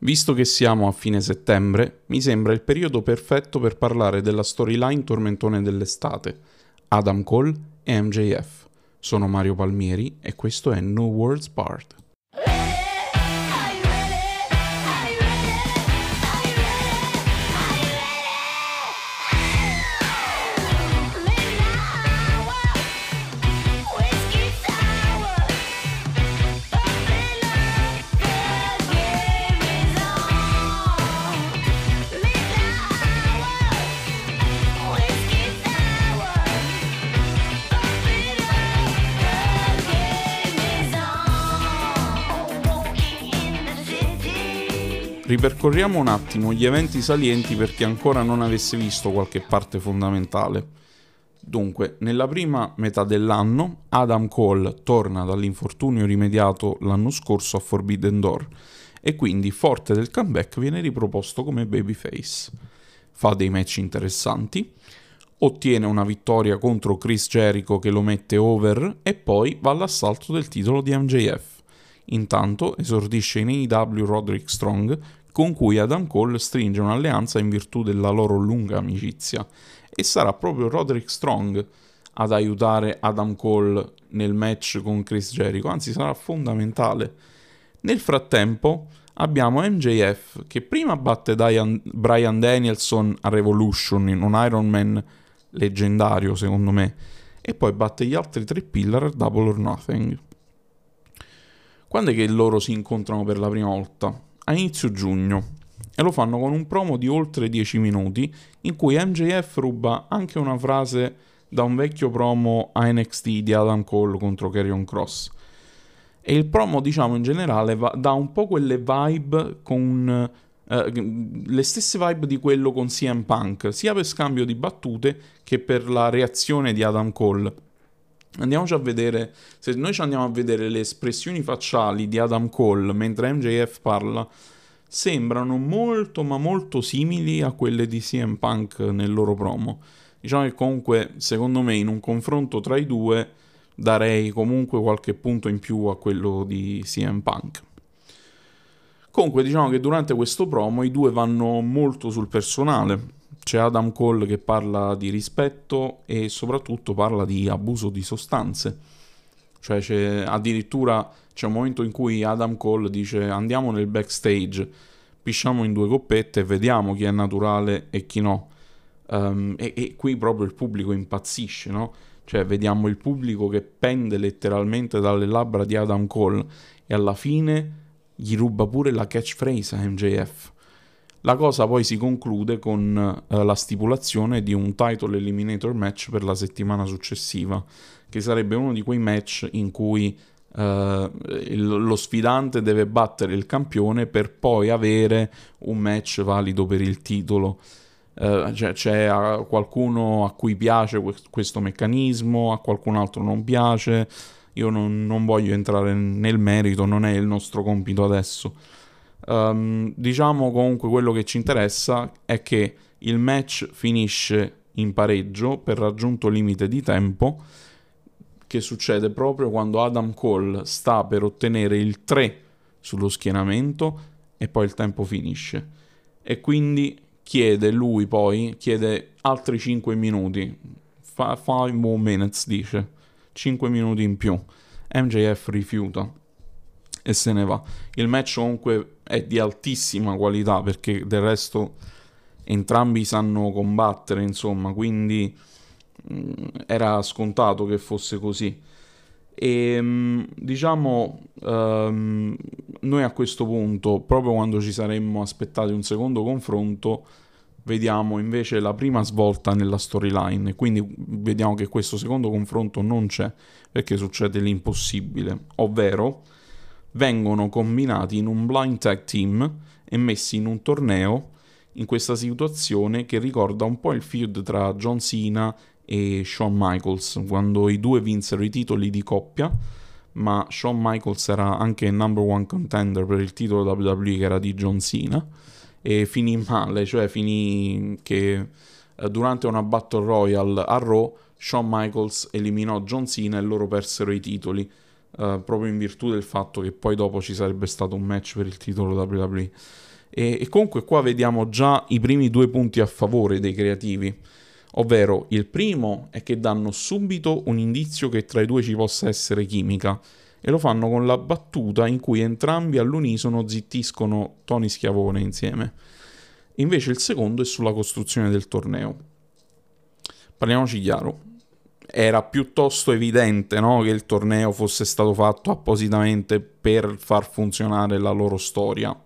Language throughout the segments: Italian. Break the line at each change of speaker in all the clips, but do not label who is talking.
Visto che siamo a fine settembre, mi sembra il periodo perfetto per parlare della storyline tormentone dell'estate, Adam Cole e MJF. Sono Mario Palmieri e questo è No Words Barred. Ripercorriamo un attimo gli eventi salienti per chi ancora non avesse visto qualche parte fondamentale. Dunque, nella prima metà dell'anno, Adam Cole torna dall'infortunio rimediato l'anno scorso a Forbidden Door e quindi, forte del comeback, viene riproposto come babyface. Fa dei match interessanti, ottiene una vittoria contro Chris Jericho che lo mette over e poi va all'assalto del titolo di MJF. Intanto esordisce in AEW Roderick Strong, con cui Adam Cole stringe un'alleanza in virtù della loro lunga amicizia, e sarà proprio Roderick Strong ad aiutare Adam Cole nel match con Chris Jericho, anzi sarà fondamentale. Nel frattempo abbiamo MJF che prima batte Bryan Danielson a Revolution in un Iron Man leggendario secondo me, e poi batte gli altri tre pillar a Double or Nothing. Quando è che loro si incontrano per la prima volta? A inizio giugno, e lo fanno con un promo di oltre 10 minuti in cui MJF ruba anche una frase da un vecchio promo a NXT di Adam Cole contro Karrion Kross. E il promo, diciamo in generale, dà un po' quelle vibe con le stesse vibe di quello con CM Punk, sia per scambio di battute che per la reazione di Adam Cole. Andiamoci a vedere, se noi ci andiamo a vedere le espressioni facciali di Adam Cole mentre MJF parla, sembrano molto ma molto simili a quelle di CM Punk nel loro promo. Diciamo che comunque, secondo me, in un confronto tra i due darei comunque qualche punto in più a quello di CM Punk. Comunque diciamo che durante questo promo i due vanno molto sul personale. C'è Adam Cole che parla di rispetto e soprattutto parla di abuso di sostanze. Cioè addirittura c'è un momento in cui Adam Cole dice: andiamo nel backstage, pisciamo in due coppette e vediamo chi è naturale e chi no. E qui proprio il pubblico impazzisce, no? Cioè vediamo il pubblico che pende letteralmente dalle labbra di Adam Cole e alla fine gli ruba pure la catchphrase a MJF. La cosa poi si conclude con la stipulazione di un title eliminator match per la settimana successiva, che sarebbe uno di quei match in cui lo sfidante deve battere il campione per poi avere un match valido per il titolo. C'è qualcuno a cui piace questo meccanismo, a qualcun altro non piace. Io non voglio entrare nel merito, non è il nostro compito adesso. Diciamo comunque quello che ci interessa è che il match finisce in pareggio per raggiunto limite di tempo, che succede proprio quando Adam Cole sta per ottenere il 3 sullo schienamento e poi il tempo finisce e quindi chiede altri 5 minuti, 5 more minutes, dice 5 minuti in più. MJF rifiuta e se ne va. Il match comunque è di altissima qualità perché del resto entrambi sanno combattere, insomma, quindi era scontato che fosse così. E diciamo noi a questo punto, proprio quando ci saremmo aspettati un secondo confronto, vediamo invece la prima svolta nella storyline e quindi vediamo che questo secondo confronto non c'è perché succede l'impossibile, ovvero vengono combinati in un blind tag team e messi in un torneo in questa situazione che ricorda un po' il feud tra John Cena e Shawn Michaels, quando i due vinsero i titoli di coppia, ma Shawn Michaels era anche number one contender per il titolo WWE che era di John Cena, e finì male, cioè finì che durante una Battle Royale a Raw Shawn Michaels eliminò John Cena e loro persero i titoli. Proprio in virtù del fatto che poi dopo ci sarebbe stato un match per il titolo WWE. E comunque qua vediamo già i primi 2 punti a favore dei creativi, ovvero il primo è che danno subito un indizio che tra i due ci possa essere chimica, e lo fanno con la battuta in cui entrambi all'unisono zittiscono Tony Schiavone insieme. Invece il secondo è sulla costruzione del torneo. Parliamoci chiaro, era piuttosto evidente, no, che il torneo fosse stato fatto appositamente per far funzionare la loro storia.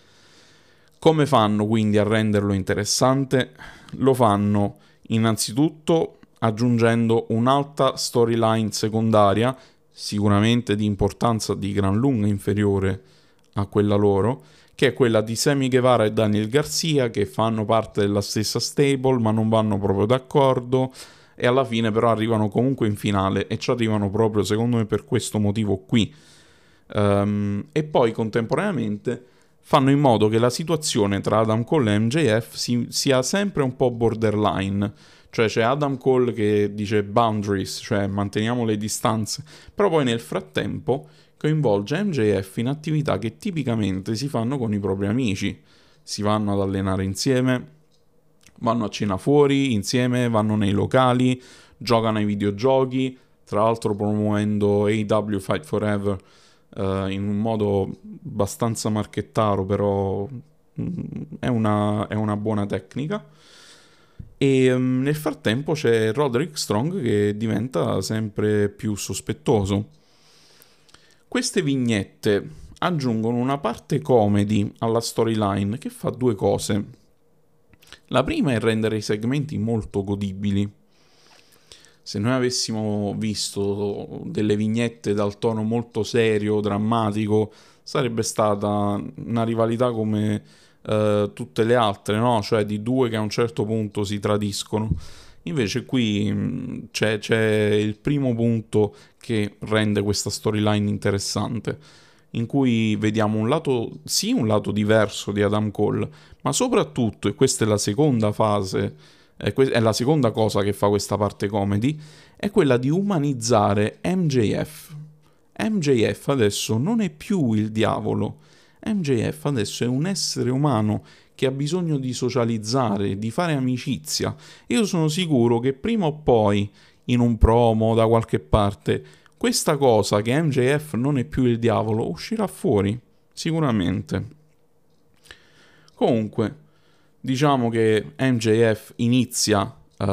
Come fanno quindi a renderlo interessante? Lo fanno innanzitutto aggiungendo un'alta storyline secondaria, sicuramente di importanza di gran lunga inferiore a quella loro, che è quella di Sammy Guevara e Daniel Garcia, che fanno parte della stessa stable ma non vanno proprio d'accordo, e alla fine però arrivano comunque in finale, e ci arrivano proprio secondo me per questo motivo qui. E poi contemporaneamente fanno in modo che la situazione tra Adam Cole e MJF sia sempre un po' borderline, cioè c'è Adam Cole che dice boundaries, cioè manteniamo le distanze, però poi nel frattempo coinvolge MJF in attività che tipicamente si fanno con i propri amici. Si vanno ad allenare insieme, vanno a cena fuori insieme, vanno nei locali, giocano ai videogiochi, tra l'altro promuovendo AEW Fight Forever in un modo abbastanza marchettaro, però è una buona tecnica. E nel frattempo c'è Roderick Strong che diventa sempre più sospettoso. Queste vignette aggiungono una parte comedy alla storyline che fa due cose. La prima è rendere i segmenti molto godibili. Se noi avessimo visto delle vignette dal tono molto serio, drammatico, sarebbe stata una rivalità come tutte le altre, no? Cioè di due che a un certo punto si tradiscono. Invece qui c'è il primo punto che rende questa storyline interessante, in cui vediamo un lato diverso di Adam Cole, ma soprattutto, e questa è la seconda fase, è la seconda cosa che fa questa parte comedy, è quella di umanizzare MJF. MJF adesso non è più il diavolo, MJF adesso è un essere umano che ha bisogno di socializzare, di fare amicizia. Io sono sicuro che prima o poi, in un promo da qualche parte, questa cosa che MJF non è più il diavolo uscirà fuori, sicuramente. Comunque, diciamo che MJF inizia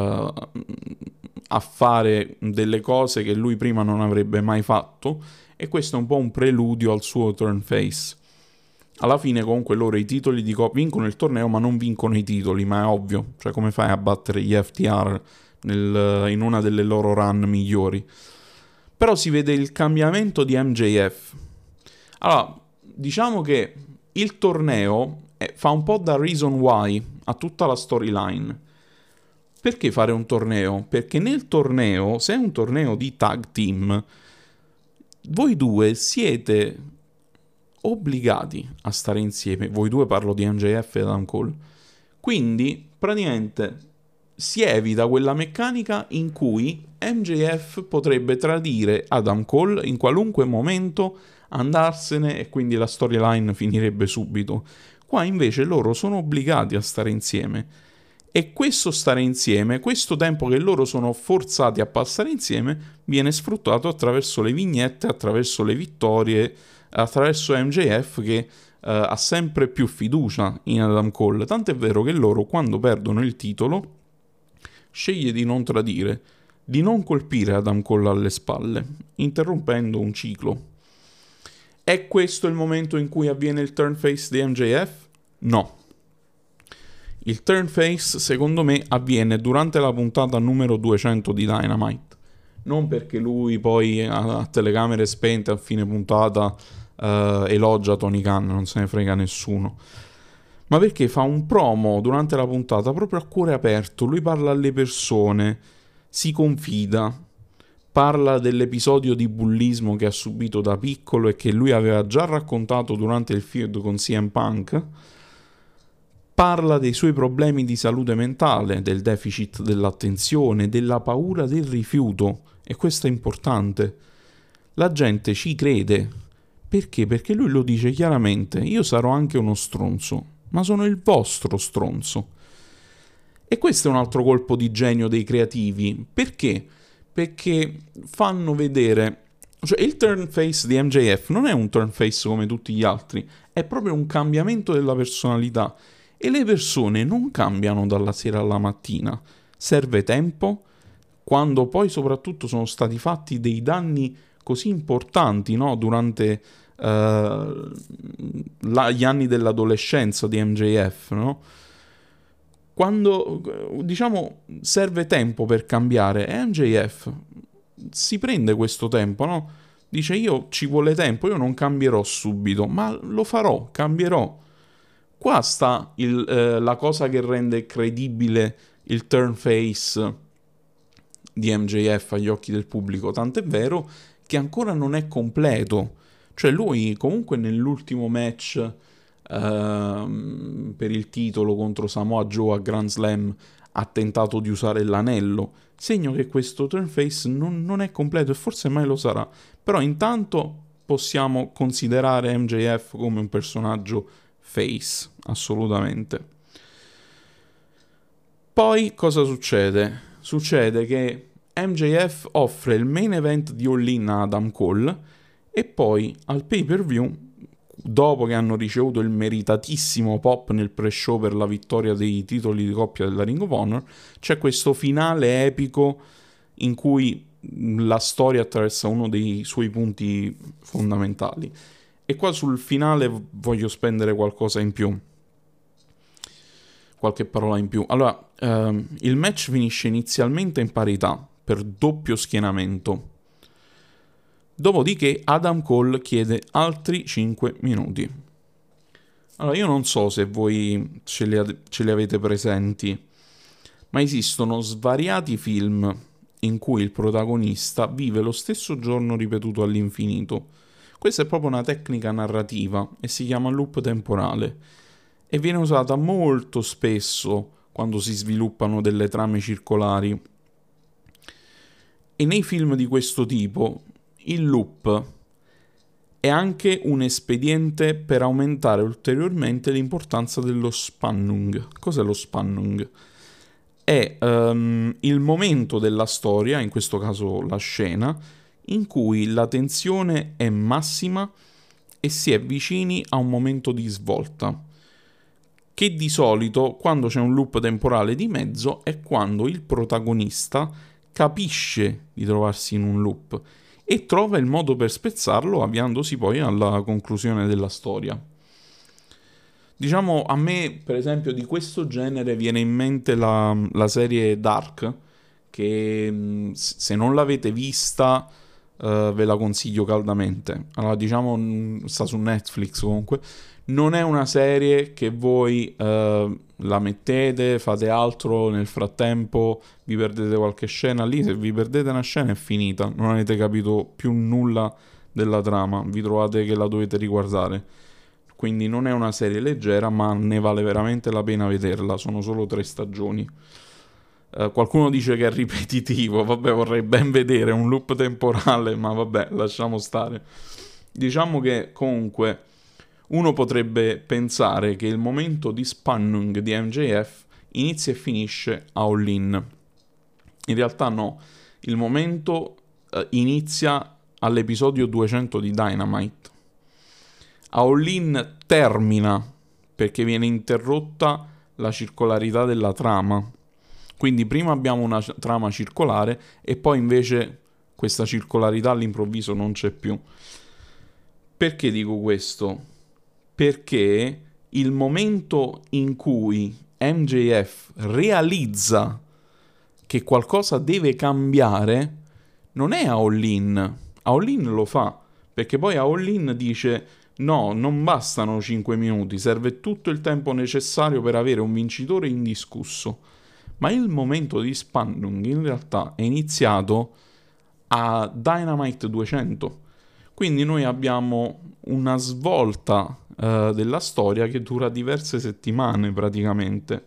a fare delle cose che lui prima non avrebbe mai fatto, e questo è un po' un preludio al suo turn face. Alla fine comunque loro i titoli vincono il torneo ma non vincono i titoli, ma è ovvio, cioè come fai a battere gli FTR in una delle loro run migliori? Però si vede il cambiamento di MJF. Allora, diciamo che il torneo fa un po' da reason why a tutta la storyline. Perché fare un torneo? Perché nel torneo, se è un torneo di tag team, voi due siete obbligati a stare insieme. Voi due, parlo di MJF e Adam Cole. Quindi, praticamente, si evita quella meccanica in cui MJF potrebbe tradire Adam Cole in qualunque momento, andarsene, e quindi la storyline finirebbe subito. Qua invece loro sono obbligati a stare insieme, e questo stare insieme, questo tempo che loro sono forzati a passare insieme, viene sfruttato attraverso le vignette, attraverso le vittorie, attraverso MJF che ha sempre più fiducia in Adam Cole, tant'è vero che loro, quando perdono il titolo, sceglie di non tradire, di non colpire Adam Cole alle spalle, interrompendo un ciclo. È questo il momento in cui avviene il turn face di MJF? No. Il turn face, secondo me, avviene durante la puntata numero 200 di Dynamite. Non perché lui poi a telecamere spente a fine puntata elogia Tony Khan, non se ne frega nessuno, ma perché fa un promo durante la puntata proprio a cuore aperto. Lui parla alle persone, si confida, parla dell'episodio di bullismo che ha subito da piccolo e che lui aveva già raccontato durante il feud con CM Punk. Parla dei suoi problemi di salute mentale, del deficit dell'attenzione, della paura del rifiuto, e questo è importante. La gente ci crede. Perché? Perché lui lo dice chiaramente: io sarò anche uno stronzo, ma sono il vostro stronzo. E questo è un altro colpo di genio dei creativi. Perché? Perché fanno vedere... Cioè, il turn face di MJF non è un turn face come tutti gli altri, è proprio un cambiamento della personalità. E le persone non cambiano dalla sera alla mattina. Serve tempo, quando poi soprattutto sono stati fatti dei danni così importanti, no? Durante gli anni dell'adolescenza di MJF, no? Quando, diciamo, serve tempo per cambiare, e MJF si prende questo tempo, no? Dice, io ci vuole tempo, io non cambierò subito, ma lo farò, cambierò. Qua sta la cosa che rende credibile il turn face di MJF agli occhi del pubblico, tant'è vero che ancora non è completo. Cioè lui comunque nell'ultimo match per il titolo contro Samoa Joe a Grand Slam ha tentato di usare l'anello, segno che questo turn face non è completo e forse mai lo sarà. Però intanto possiamo considerare MJF come un personaggio face, assolutamente. Poi cosa succede? Succede che MJF offre il main event di All In a Adam Cole e poi al pay-per-view, dopo che hanno ricevuto il meritatissimo pop nel pre-show per la vittoria dei titoli di coppia della Ring of Honor, c'è questo finale epico in cui la storia attraversa uno dei suoi punti fondamentali. E qua sul finale voglio spendere qualcosa in più. Qualche parola in più. Allora, il match finisce inizialmente in parità, per doppio schienamento. Dopodiché Adam Cole chiede altri 5 minuti. Allora, io non so se voi ce li avete presenti, ma esistono svariati film in cui il protagonista vive lo stesso giorno ripetuto all'infinito. Questa è proprio una tecnica narrativa e si chiama loop temporale e viene usata molto spesso quando si sviluppano delle trame circolari. E nei film di questo tipo il loop è anche un espediente per aumentare ulteriormente l'importanza dello Spannung. Cos'è lo Spannung? È il momento della storia, in questo caso la scena, in cui la tensione è massima e si è vicini a un momento di svolta, che di solito, quando c'è un loop temporale di mezzo, è quando il protagonista capisce di trovarsi in un loop e trova il modo per spezzarlo avviandosi poi alla conclusione della storia. Diciamo, a me, per esempio, di questo genere viene in mente la serie Dark, che se non l'avete vista ve la consiglio caldamente. Allora, diciamo, sta su Netflix comunque. Non è una serie che voi la mettete, fate altro nel frattempo, vi perdete qualche scena lì. Se vi perdete una scena è finita, non avete capito più nulla della trama, vi trovate che la dovete riguardare. Quindi non è una serie leggera, ma ne vale veramente la pena vederla. Sono solo 3 stagioni. Qualcuno dice che è ripetitivo, vabbè, vorrei ben vedere un loop temporale, ma vabbè, lasciamo stare. Diciamo che comunque uno potrebbe pensare che il momento di Spannung di MJF inizia e finisce a All In. In realtà no, il momento inizia all'episodio 200 di Dynamite. A All In termina perché viene interrotta la circolarità della trama. Quindi prima abbiamo una trama circolare e poi invece questa circolarità all'improvviso non c'è più. Perché dico questo? Perché il momento in cui MJF realizza che qualcosa deve cambiare non è a All In. A All In lo fa, perché poi a All In dice no, non bastano 5 minuti, serve tutto il tempo necessario per avere un vincitore indiscusso. Ma il momento di Spannung in realtà è iniziato a Dynamite 200. Quindi noi abbiamo una svolta della storia che dura diverse settimane praticamente.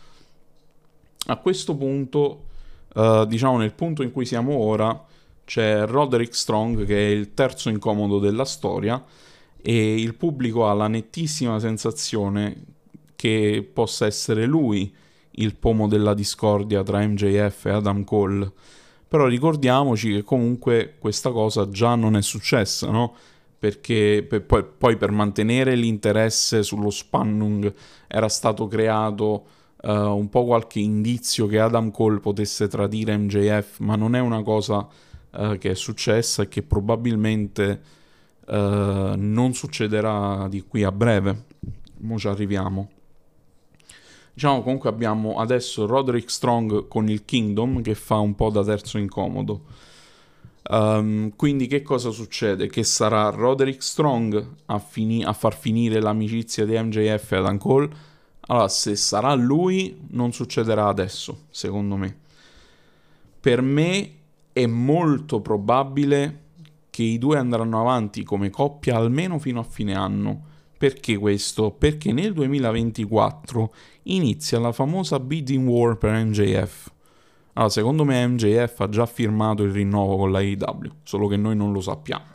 A questo punto, diciamo nel punto in cui siamo ora, c'è Roderick Strong che è il terzo incomodo della storia e il pubblico ha la nettissima sensazione che possa essere lui il pomo della discordia tra MJF e Adam Cole. Però ricordiamoci che comunque questa cosa già non è successa, no? Perché poi per mantenere l'interesse sullo Spannung era stato creato un po' qualche indizio che Adam Cole potesse tradire MJF, ma non è una cosa che è successa e che probabilmente non succederà di qui a breve. Mo' ci arriviamo. Diciamo comunque abbiamo adesso Roderick Strong con il Kingdom che fa un po' da terzo incomodo. Quindi che cosa succede? Che sarà Roderick Strong a far finire l'amicizia di MJF e Adam Cole? Allora, se sarà lui, non succederà adesso, secondo me. Per me è molto probabile che i due andranno avanti come coppia almeno fino a fine anno. Perché questo? Perché nel 2024 inizia la famosa bidding war per MJF. Allora, secondo me MJF ha già firmato il rinnovo con la AEW, solo che noi non lo sappiamo.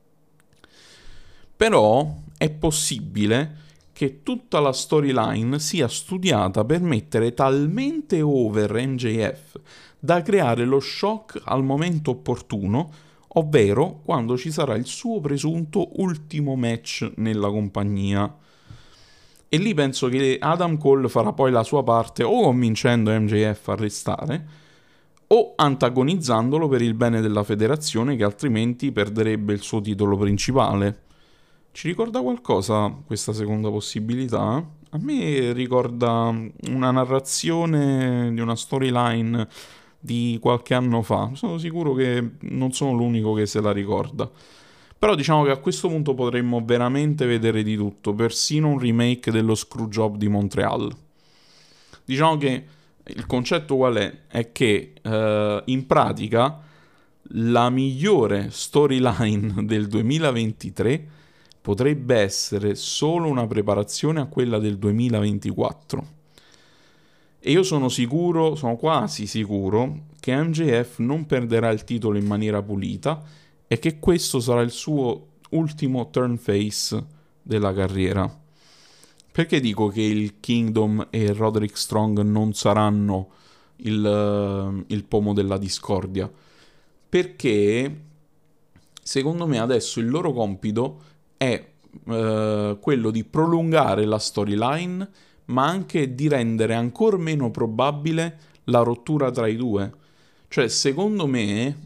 Però è possibile che tutta la storyline sia studiata per mettere talmente over MJF da creare lo shock al momento opportuno, ovvero quando ci sarà il suo presunto ultimo match nella compagnia. E lì penso che Adam Cole farà poi la sua parte o convincendo MJF a restare o antagonizzandolo per il bene della federazione che altrimenti perderebbe il suo titolo principale. Ci ricorda qualcosa questa seconda possibilità? A me ricorda una narrazione di una storyline di qualche anno fa. Sono sicuro che non sono l'unico che se la ricorda. Però diciamo che a questo punto potremmo veramente vedere di tutto, persino un remake dello Screwjob di Montreal. Diciamo che il concetto qual è? È che in pratica la migliore storyline del 2023 potrebbe essere solo una preparazione a quella del 2024. E io sono sicuro, sono quasi sicuro, che MJF non perderà il titolo in maniera pulita e che questo sarà il suo ultimo turn face della carriera. Perché dico che il Kingdom e Roderick Strong non saranno il pomo della discordia? Perché secondo me adesso il loro compito è quello di prolungare la storyline, ma anche di rendere ancora meno probabile la rottura tra i due. Cioè, secondo me,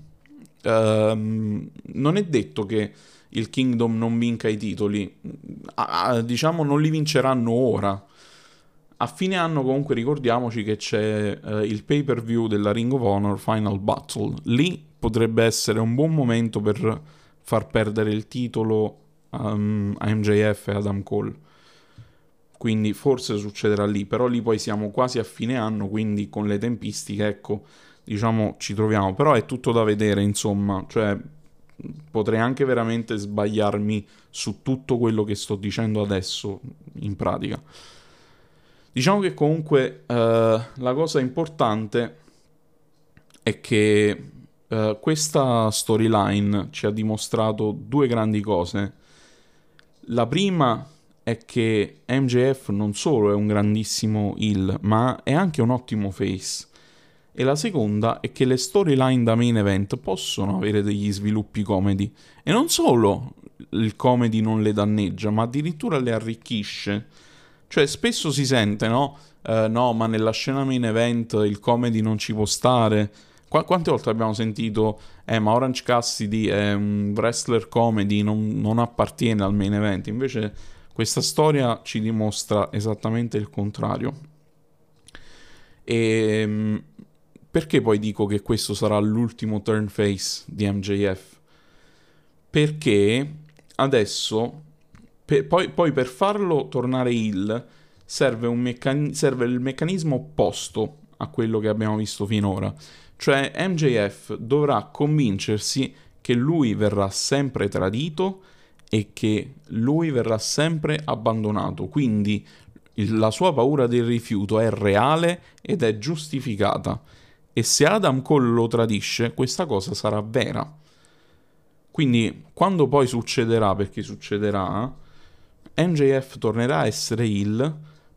non è detto che il Kingdom non vinca i titoli, diciamo non li vinceranno ora. A fine anno comunque ricordiamoci che c'è il pay-per-view della Ring of Honor Final Battle. Lì potrebbe essere un buon momento per far perdere il titolo a MJF e Adam Cole. Quindi forse succederà lì, però lì poi siamo quasi a fine anno, quindi con le tempistiche, ecco, diciamo ci troviamo. Però è tutto da vedere, insomma, cioè potrei anche veramente sbagliarmi su tutto quello che sto dicendo adesso, in pratica. Diciamo che comunque la cosa importante è che questa storyline ci ha dimostrato due grandi cose. La prima è che MJF non solo è un grandissimo heel, ma è anche un ottimo face. E la seconda è che le storyline da main event possono avere degli sviluppi comedy. E non solo il comedy non le danneggia, ma addirittura le arricchisce. Cioè spesso si sente, no? No, ma nella scena main event il comedy non ci può stare. Quante volte abbiamo sentito ma Orange Cassidy è un wrestler comedy, non appartiene al main event. Invece questa storia ci dimostra esattamente il contrario. E perché poi dico che questo sarà l'ultimo turn face di MJF? Perché adesso, poi per farlo tornare heel, serve il meccanismo opposto a quello che abbiamo visto finora. Cioè MJF dovrà convincersi che lui verrà sempre tradito e che lui verrà sempre abbandonato. Quindi la sua paura del rifiuto è reale ed è giustificata. E se Adam Cole lo tradisce, questa cosa sarà vera. Quindi quando poi succederà, perché succederà, MJF tornerà a essere heel,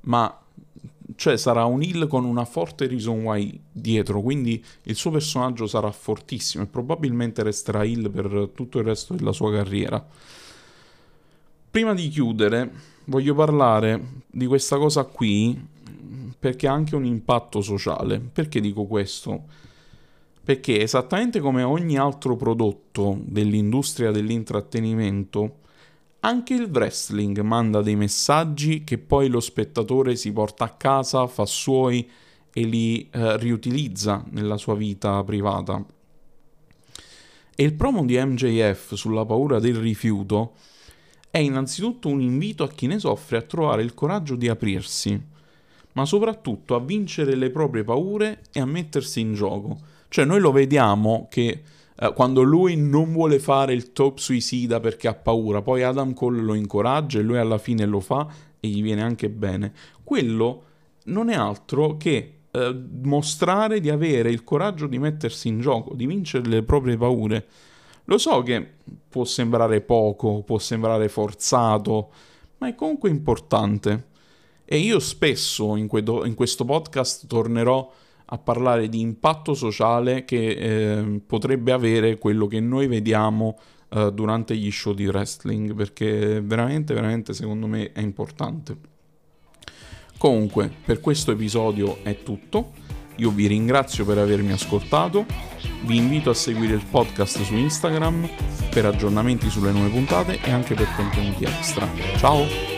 ma cioè sarà un heel con una forte reason why dietro, quindi il suo personaggio sarà fortissimo e probabilmente resterà heel per tutto il resto della sua carriera. Prima di chiudere, voglio parlare di questa cosa qui perché ha anche un impatto sociale. Perché dico questo? Perché esattamente come ogni altro prodotto dell'industria dell'intrattenimento, anche il wrestling manda dei messaggi che poi lo spettatore si porta a casa, fa suoi e li riutilizza nella sua vita privata. E il promo di MJF sulla paura del rifiuto è innanzitutto un invito a chi ne soffre a trovare il coraggio di aprirsi, ma soprattutto a vincere le proprie paure e a mettersi in gioco. Cioè noi lo vediamo che quando lui non vuole fare il top suicida perché ha paura, poi Adam Cole lo incoraggia e lui alla fine lo fa e gli viene anche bene. Quello non è altro che mostrare di avere il coraggio di mettersi in gioco, di vincere le proprie paure. Lo so che può sembrare poco, può sembrare forzato, ma è comunque importante. E io spesso in questo podcast tornerò a parlare di impatto sociale che potrebbe avere quello che noi vediamo durante gli show di wrestling, perché veramente, veramente secondo me è importante. Comunque, per questo episodio è tutto. Io vi ringrazio per avermi ascoltato. Vi invito a seguire il podcast su Instagram per aggiornamenti sulle nuove puntate e anche per contenuti extra. Ciao!